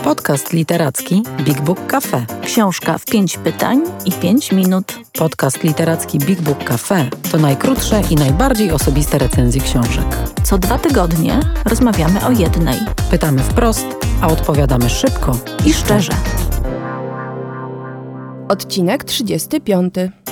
Podcast literacki Big Book Cafe. Książka w 5 pytań i 5 minut. Podcast literacki Big Book Cafe to najkrótsze i najbardziej osobiste recenzje książek. Co 2 tygodnie rozmawiamy o jednej. Pytamy wprost, a odpowiadamy szybko i szczerze. Odcinek 35.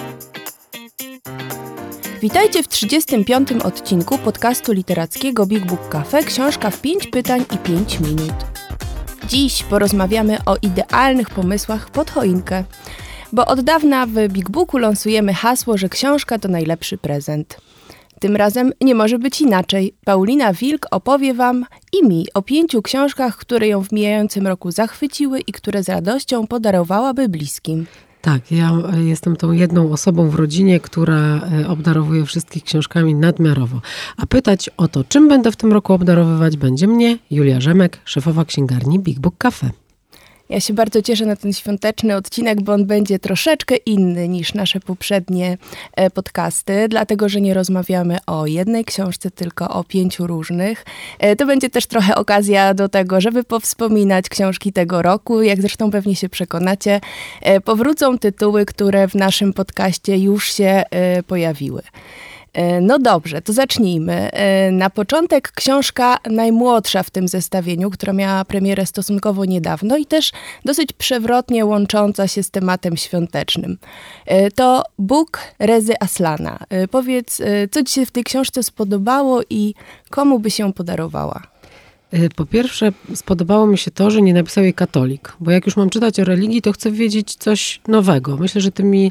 Witajcie w 35. odcinku podcastu literackiego Big Book Cafe. Książka w 5 pytań i 5 minut. Dziś porozmawiamy o idealnych pomysłach pod choinkę, bo od dawna w Big Booku lansujemy hasło, że książka to najlepszy prezent. Tym razem nie może być inaczej. Paulina Wilk opowie Wam i mi o 5 książkach, które ją w mijającym roku zachwyciły i które z radością podarowałaby bliskim. Tak, ja jestem tą jedną osobą w rodzinie, która obdarowuje wszystkich książkami nadmiarowo. A pytać o to, czym będę w tym roku obdarowywać, będzie mnie Julia Rzemek, szefowa księgarni Big Book Cafe. Ja się bardzo cieszę na ten świąteczny odcinek, bo on będzie troszeczkę inny niż nasze poprzednie podcasty, dlatego że nie rozmawiamy o jednej książce, tylko o 5 różnych. To będzie też trochę okazja do tego, żeby powspominać książki tego roku. Jak zresztą pewnie się przekonacie, powrócą tytuły, które w naszym podcaście już się pojawiły. No dobrze, to zacznijmy. Na początek książka najmłodsza w tym zestawieniu, która miała premierę stosunkowo niedawno i też dosyć przewrotnie łącząca się z tematem świątecznym. To Buk Rezy Aslana. Powiedz, co ci się w tej książce spodobało i komu by się podarowała? Po pierwsze, spodobało mi się to, że nie napisał jej katolik, bo jak już mam czytać o religii, to chcę wiedzieć coś nowego. Myślę, że tymi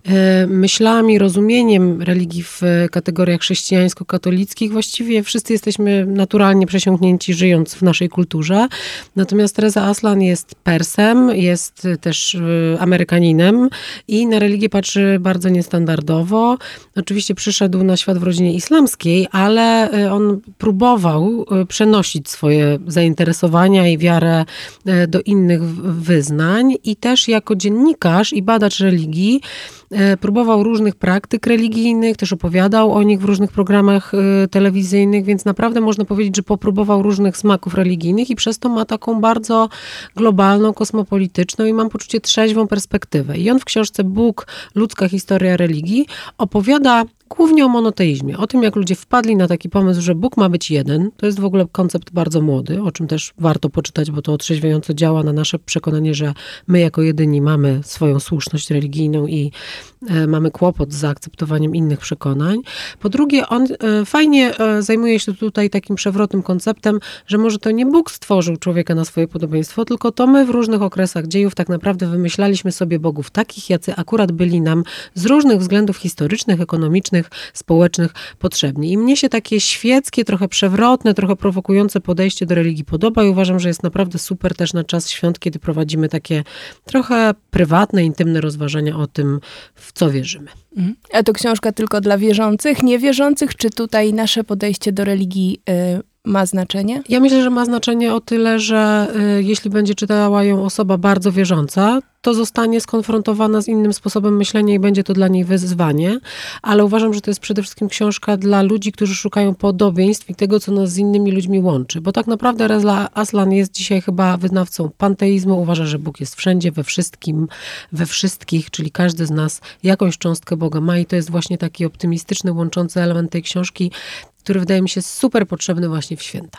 myślami, rozumieniem religii w kategoriach chrześcijańsko-katolickich właściwie wszyscy jesteśmy naturalnie przesiąknięci, żyjąc w naszej kulturze. Natomiast Reza Aslan jest Persem, jest też Amerykaninem i na religię patrzy bardzo niestandardowo. Oczywiście przyszedł na świat w rodzinie islamskiej, ale on próbował przenosić swoje zainteresowania i wiarę do innych wyznań i też jako dziennikarz i badacz religii próbował różnych praktyk religijnych, też opowiadał o nich w różnych programach telewizyjnych, więc naprawdę można powiedzieć, że popróbował różnych smaków religijnych i przez to ma taką bardzo globalną, kosmopolityczną i mam poczucie trzeźwą perspektywę. I on w książce Bóg, ludzka historia religii opowiada głównie o monoteizmie, o tym, jak ludzie wpadli na taki pomysł, że Bóg ma być jeden. To jest w ogóle koncept bardzo młody, o czym też warto poczytać, bo to otrzeźwiająco działa na nasze przekonanie, że my jako jedyni mamy swoją słuszność religijną i mamy kłopot z zaakceptowaniem innych przekonań. Po drugie, on fajnie zajmuje się tutaj takim przewrotnym konceptem, że może to nie Bóg stworzył człowieka na swoje podobieństwo, tylko to my w różnych okresach dziejów tak naprawdę wymyślaliśmy sobie bogów takich, jacy akurat byli nam z różnych względów historycznych, ekonomicznych, społecznych potrzebni. I mnie się takie świeckie, trochę przewrotne, trochę prowokujące podejście do religii podoba i uważam, że jest naprawdę super też na czas świąt, kiedy prowadzimy takie trochę prywatne, intymne rozważania o tym, w co wierzymy. A to książka tylko dla wierzących, niewierzących? Czy tutaj nasze podejście do religii ma znaczenie? Ja myślę, że ma znaczenie o tyle, że jeśli będzie czytała ją osoba bardzo wierząca, to zostanie skonfrontowana z innym sposobem myślenia i będzie to dla niej wyzwanie, ale uważam, że to jest przede wszystkim książka dla ludzi, którzy szukają podobieństw i tego, co nas z innymi ludźmi łączy, bo tak naprawdę Reza Aslan jest dzisiaj chyba wyznawcą panteizmu, uważa, że Bóg jest wszędzie, we wszystkim, we wszystkich, czyli każdy z nas jakąś cząstkę Boga ma i to jest właśnie taki optymistyczny, łączący element tej książki, który wydaje mi się super potrzebny właśnie w święta.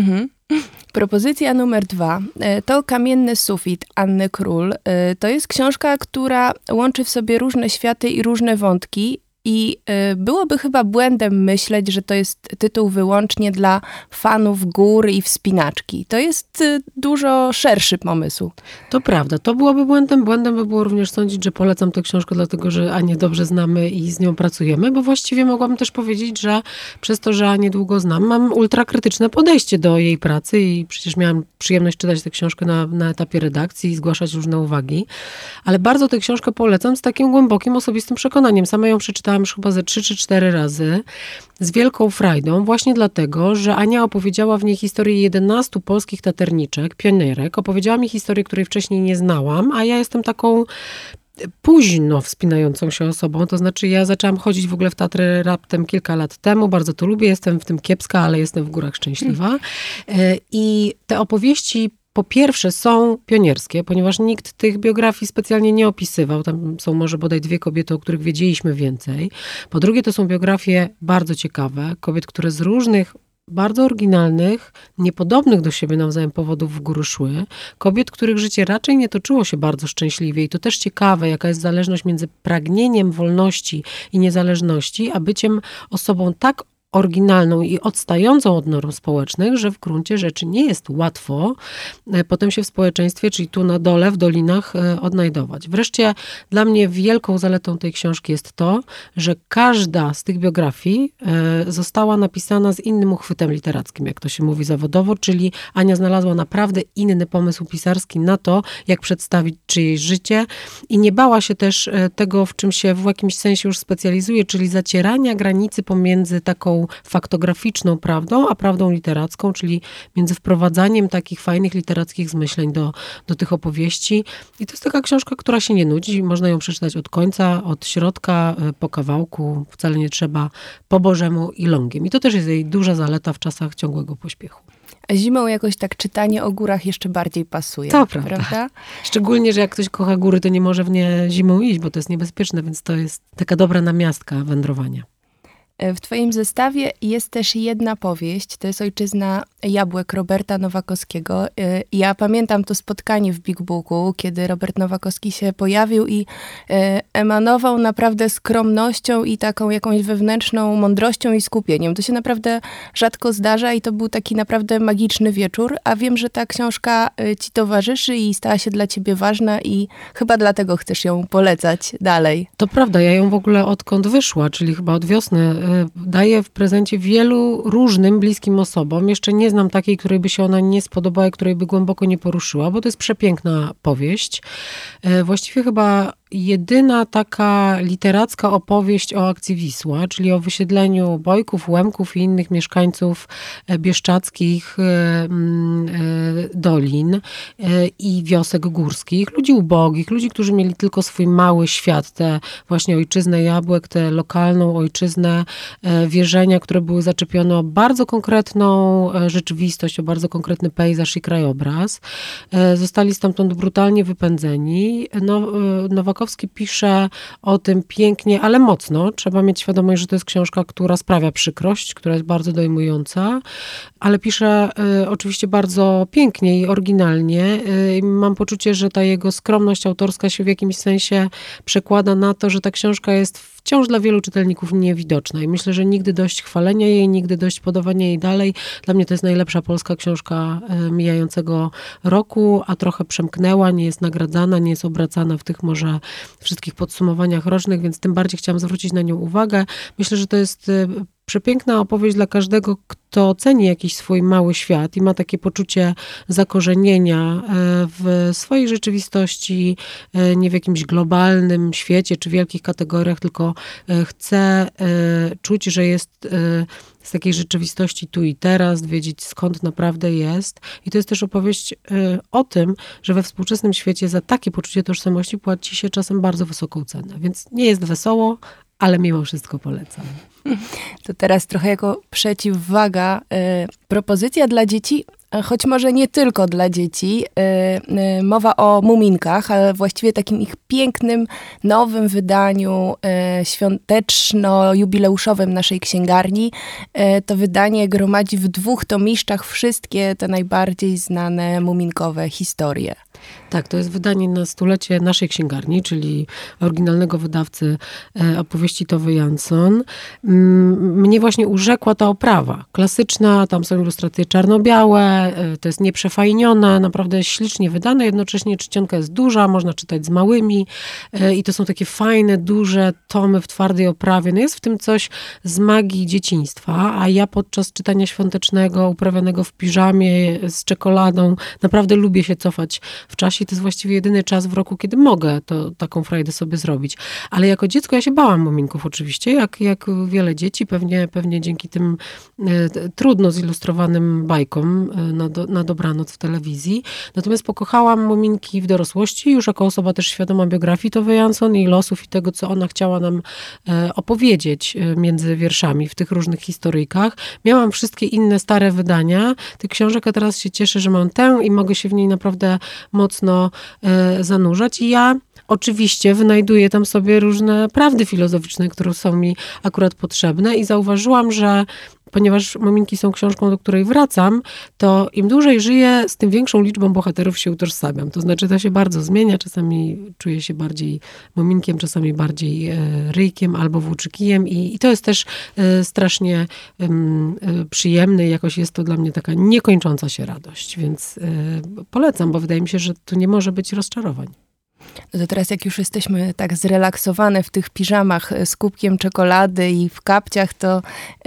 Propozycja numer 2 to Kamienny sufit Anny Król. To jest książka, która łączy w sobie różne światy i różne wątki i byłoby chyba błędem myśleć, że to jest tytuł wyłącznie dla fanów gór i wspinaczki. To jest dużo szerszy pomysł. To prawda, to byłoby błędem. Błędem by było również sądzić, że polecam tę książkę dlatego, że Anię dobrze znamy i z nią pracujemy, bo właściwie mogłabym też powiedzieć, że przez to, że Anię długo znam, mam ultrakrytyczne podejście do jej pracy i przecież miałam przyjemność czytać tę książkę na etapie redakcji i zgłaszać różne uwagi, ale bardzo tę książkę polecam z takim głębokim, osobistym przekonaniem. Sama ją przeczytałam już chyba ze 3 czy 4 razy z wielką frajdą, właśnie dlatego, że Ania opowiedziała w niej historię 11 polskich taterniczek, pionierek. Opowiedziała mi historię, której wcześniej nie znałam, a ja jestem taką późno wspinającą się osobą, to znaczy ja zaczęłam chodzić w ogóle w Tatry raptem kilka lat temu, bardzo to lubię, jestem w tym kiepska, ale jestem w górach szczęśliwa. I te opowieści po pierwsze są pionierskie, ponieważ nikt tych biografii specjalnie nie opisywał. Tam są może bodaj 2 kobiety, o których wiedzieliśmy więcej. Po drugie, to są biografie bardzo ciekawe, kobiet, które z różnych bardzo oryginalnych, niepodobnych do siebie nawzajem powodów w górę szły. Kobiet, których życie raczej nie toczyło się bardzo szczęśliwie i to też ciekawe, jaka jest zależność między pragnieniem wolności i niezależności, a byciem osobą tak oryginalną i odstającą od norm społecznych, że w gruncie rzeczy nie jest łatwo potem się w społeczeństwie, czyli tu na dole, w dolinach odnajdować. Wreszcie dla mnie wielką zaletą tej książki jest to, że każda z tych biografii została napisana z innym uchwytem literackim, jak to się mówi zawodowo, czyli Ania znalazła naprawdę inny pomysł pisarski na to, jak przedstawić czyjeś życie i nie bała się też tego, w czym się w jakimś sensie już specjalizuje, czyli zacierania granicy pomiędzy taką faktograficzną prawdą, a prawdą literacką, czyli między wprowadzaniem takich fajnych literackich zmyśleń do tych opowieści. I to jest taka książka, która się nie nudzi. Można ją przeczytać od końca, od środka, po kawałku. Wcale nie trzeba po bożemu i longiem. I to też jest jej duża zaleta w czasach ciągłego pośpiechu. A zimą jakoś tak czytanie o górach jeszcze bardziej pasuje. To prawda. Szczególnie, że jak ktoś kocha góry, to nie może w nie zimą iść, bo to jest niebezpieczne, więc to jest taka dobra namiastka wędrowania. W twoim zestawie jest też jedna powieść, to jest Ojczyzna jabłek Roberta Nowakowskiego. Ja pamiętam to spotkanie w Big Booku, kiedy Robert Nowakowski się pojawił i emanował naprawdę skromnością i taką jakąś wewnętrzną mądrością i skupieniem. To się naprawdę rzadko zdarza i to był taki naprawdę magiczny wieczór, a wiem, że ta książka ci towarzyszy i stała się dla ciebie ważna i chyba dlatego chcesz ją polecać dalej. To prawda, ja ją w ogóle odkąd wyszła, czyli chyba od wiosny, daję w prezencie wielu różnym, bliskim osobom. Jeszcze nie znam takiej, której by się ona nie spodobała, której by głęboko nie poruszyła, bo to jest przepiękna powieść. Właściwie chyba jedyna taka literacka opowieść o akcji Wisła, czyli o wysiedleniu Bojków, Łemków i innych mieszkańców bieszczadzkich dolin i wiosek górskich, ludzi ubogich, ludzi, którzy mieli tylko swój mały świat, tę właśnie ojczyznę jabłek, tę lokalną ojczyznę, wierzenia, które były zaczepione o bardzo konkretną rzeczywistość, o bardzo konkretny pejzaż i krajobraz. Zostali stamtąd brutalnie wypędzeni. Nowakowski pisze o tym pięknie, ale mocno. Trzeba mieć świadomość, że to jest książka, która sprawia przykrość, która jest bardzo dojmująca, ale pisze oczywiście bardzo pięknie i oryginalnie. Mam poczucie, że ta jego skromność autorska się w jakimś sensie przekłada na to, że ta książka jest wciąż dla wielu czytelników niewidoczna i myślę, że nigdy dość chwalenia jej, nigdy dość podawania jej dalej. Dla mnie to jest najlepsza polska książka mijającego roku, a trochę przemknęła, nie jest nagradzana, nie jest obracana w tych może wszystkich podsumowaniach rocznych, więc tym bardziej chciałam zwrócić na nią uwagę. Myślę, że to jest przepiękna opowieść dla każdego, kto ceni jakiś swój mały świat i ma takie poczucie zakorzenienia w swojej rzeczywistości, nie w jakimś globalnym świecie czy wielkich kategoriach, tylko chce czuć, że jest z takiej rzeczywistości tu i teraz, wiedzieć skąd naprawdę jest. I to jest też opowieść o tym, że we współczesnym świecie za takie poczucie tożsamości płaci się czasem bardzo wysoką cenę. Więc nie jest wesoło, ale mimo wszystko polecam. To teraz trochę jako przeciwwaga propozycja dla dzieci, choć może nie tylko dla dzieci. Mowa o Muminkach, ale właściwie takim ich pięknym, nowym wydaniu świąteczno-jubileuszowym naszej księgarni. To wydanie gromadzi w 2 tomiszczach wszystkie te najbardziej znane muminkowe historie. Tak, to jest wydanie na 100-lecie naszej księgarni, czyli oryginalnego wydawcy opowieści Tove Jansson. Mnie właśnie urzekła ta oprawa. Klasyczna, tam są ilustracje czarno-białe, to jest nieprzefajnione, naprawdę ślicznie wydane, jednocześnie czcionka jest duża, można czytać z małymi i to są takie fajne, duże tomy w twardej oprawie. No jest w tym coś z magii dzieciństwa, a ja podczas czytania świątecznego, uprawianego w piżamie, z czekoladą, naprawdę lubię się cofać w czasie. To jest właściwie jedyny czas w roku, kiedy mogę taką frajdę sobie zrobić. Ale jako dziecko ja się bałam muminków oczywiście, jak wiele dzieci, pewnie dzięki tym trudno zilustrowanym bajkom na dobranoc w telewizji. Natomiast pokochałam Muminki w dorosłości, już jako osoba też świadoma biografii Tove Jansson i losów i tego, co ona chciała nam opowiedzieć między wierszami w tych różnych historyjkach. Miałam wszystkie inne stare wydania tych książek, a teraz się cieszę, że mam tę i mogę się w niej naprawdę mocno zanurzać. I ja oczywiście wynajduję tam sobie różne prawdy filozoficzne, które są mi akurat potrzebne i zauważyłam, że ponieważ Muminki są książką, do której wracam, to im dłużej żyję, z tym większą liczbą bohaterów się utożsamiam. To znaczy to się bardzo zmienia. Czasami czuję się bardziej Muminkiem, czasami bardziej Ryjkiem albo Włóczykijem i to jest też strasznie przyjemne i jakoś jest to dla mnie taka niekończąca się radość. Więc polecam, bo wydaje mi się, że tu nie może być rozczarowań. No to teraz jak już jesteśmy tak zrelaksowane w tych piżamach z kubkiem czekolady i w kapciach, to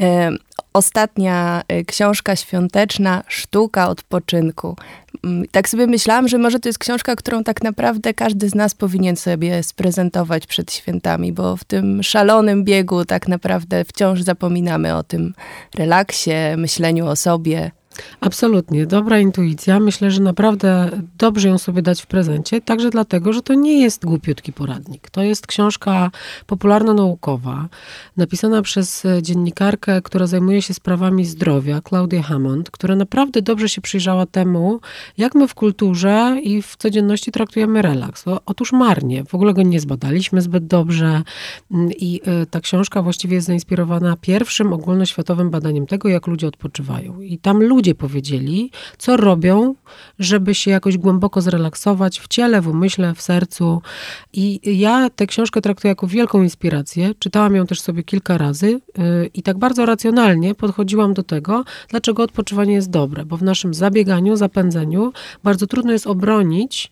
ostatnia książka świąteczna, Sztuka odpoczynku. Tak sobie myślałam, że może to jest książka, którą tak naprawdę każdy z nas powinien sobie sprezentować przed świętami, bo w tym szalonym biegu tak naprawdę wciąż zapominamy o tym relaksie, myśleniu o sobie. Absolutnie, dobra intuicja. Myślę, że naprawdę dobrze ją sobie dać w prezencie, także dlatego, że to nie jest głupiutki poradnik. To jest książka popularno-naukowa, napisana przez dziennikarkę, która zajmuje się sprawami zdrowia, Claudia Hammond, która naprawdę dobrze się przyjrzała temu, jak my w kulturze i w codzienności traktujemy relaks. Otóż marnie, w ogóle go nie zbadaliśmy zbyt dobrze i ta książka właściwie jest zainspirowana pierwszym ogólnoświatowym badaniem tego, jak ludzie odpoczywają. I tam ludzie powiedzieli, co robią, żeby się jakoś głęboko zrelaksować w ciele, w umyśle, w sercu. I ja tę książkę traktuję jako wielką inspirację. Czytałam ją też sobie kilka razy i tak bardzo racjonalnie podchodziłam do tego, dlaczego odpoczywanie jest dobre. Bo w naszym zabieganiu, zapędzeniu bardzo trudno jest obronić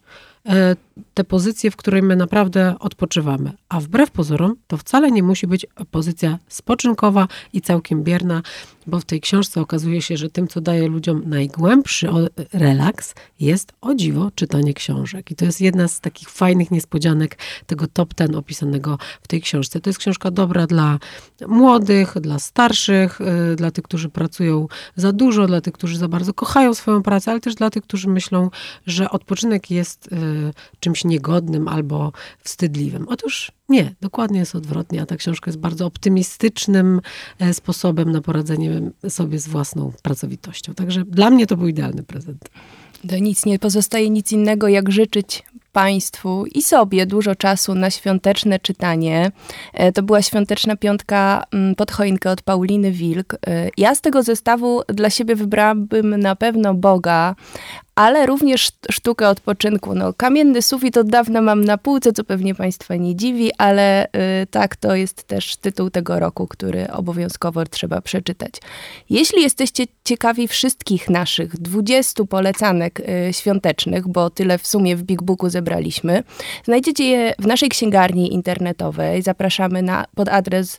tę pozycję, w której my naprawdę odpoczywamy. A wbrew pozorom, to wcale nie musi być pozycja spoczynkowa i całkiem bierna, bo w tej książce okazuje się, że tym, co daje ludziom najgłębszy relaks, jest, o dziwo, czytanie książek. I to jest jedna z takich fajnych niespodzianek tego top 10 opisanego w tej książce. To jest książka dobra dla młodych, dla starszych, dla tych, którzy pracują za dużo, dla tych, którzy za bardzo kochają swoją pracę, ale też dla tych, którzy myślą, że odpoczynek jest czymś niegodnym albo wstydliwym. Otóż nie, dokładnie jest odwrotnie, a ta książka jest bardzo optymistycznym sposobem na poradzenie sobie z własną pracowitością. Także dla mnie to był idealny prezent. To nic nie pozostaje nic innego, jak życzyć Państwu i sobie dużo czasu na świąteczne czytanie. To była świąteczna piątka pod choinkę od Pauliny Wilk. Ja z tego zestawu dla siebie wybrałabym na pewno Boga, ale również Sztukę odpoczynku. No, Kamienny sufit od dawna mam na półce, co pewnie Państwa nie dziwi, ale tak, to jest też tytuł tego roku, który obowiązkowo trzeba przeczytać. Jeśli jesteście ciekawi wszystkich naszych 20 polecanek świątecznych, bo tyle w sumie w Big Booku zebraliśmy, znajdziecie je w naszej księgarni internetowej. Zapraszamy pod adres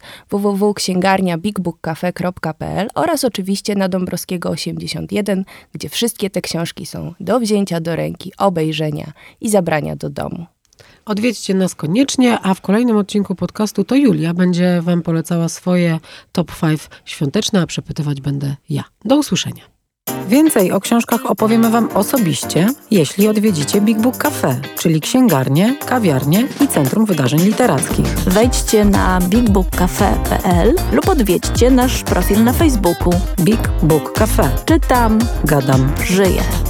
www.księgarniabigbookcafe.pl oraz oczywiście na Dąbrowskiego 81, gdzie wszystkie te książki są do wzięcia do ręki, obejrzenia i zabrania do domu. Odwiedźcie nas koniecznie, a w kolejnym odcinku podcastu to Julia będzie wam polecała swoje top 5 świąteczne, a przepytywać będę ja. Do usłyszenia. Więcej o książkach opowiemy wam osobiście, jeśli odwiedzicie Big Book Cafe, czyli księgarnię, kawiarnię i Centrum Wydarzeń Literackich. Wejdźcie na bigbookcafe.pl lub odwiedźcie nasz profil na Facebooku. Big Book Cafe. Czytam, Gadam, żyję.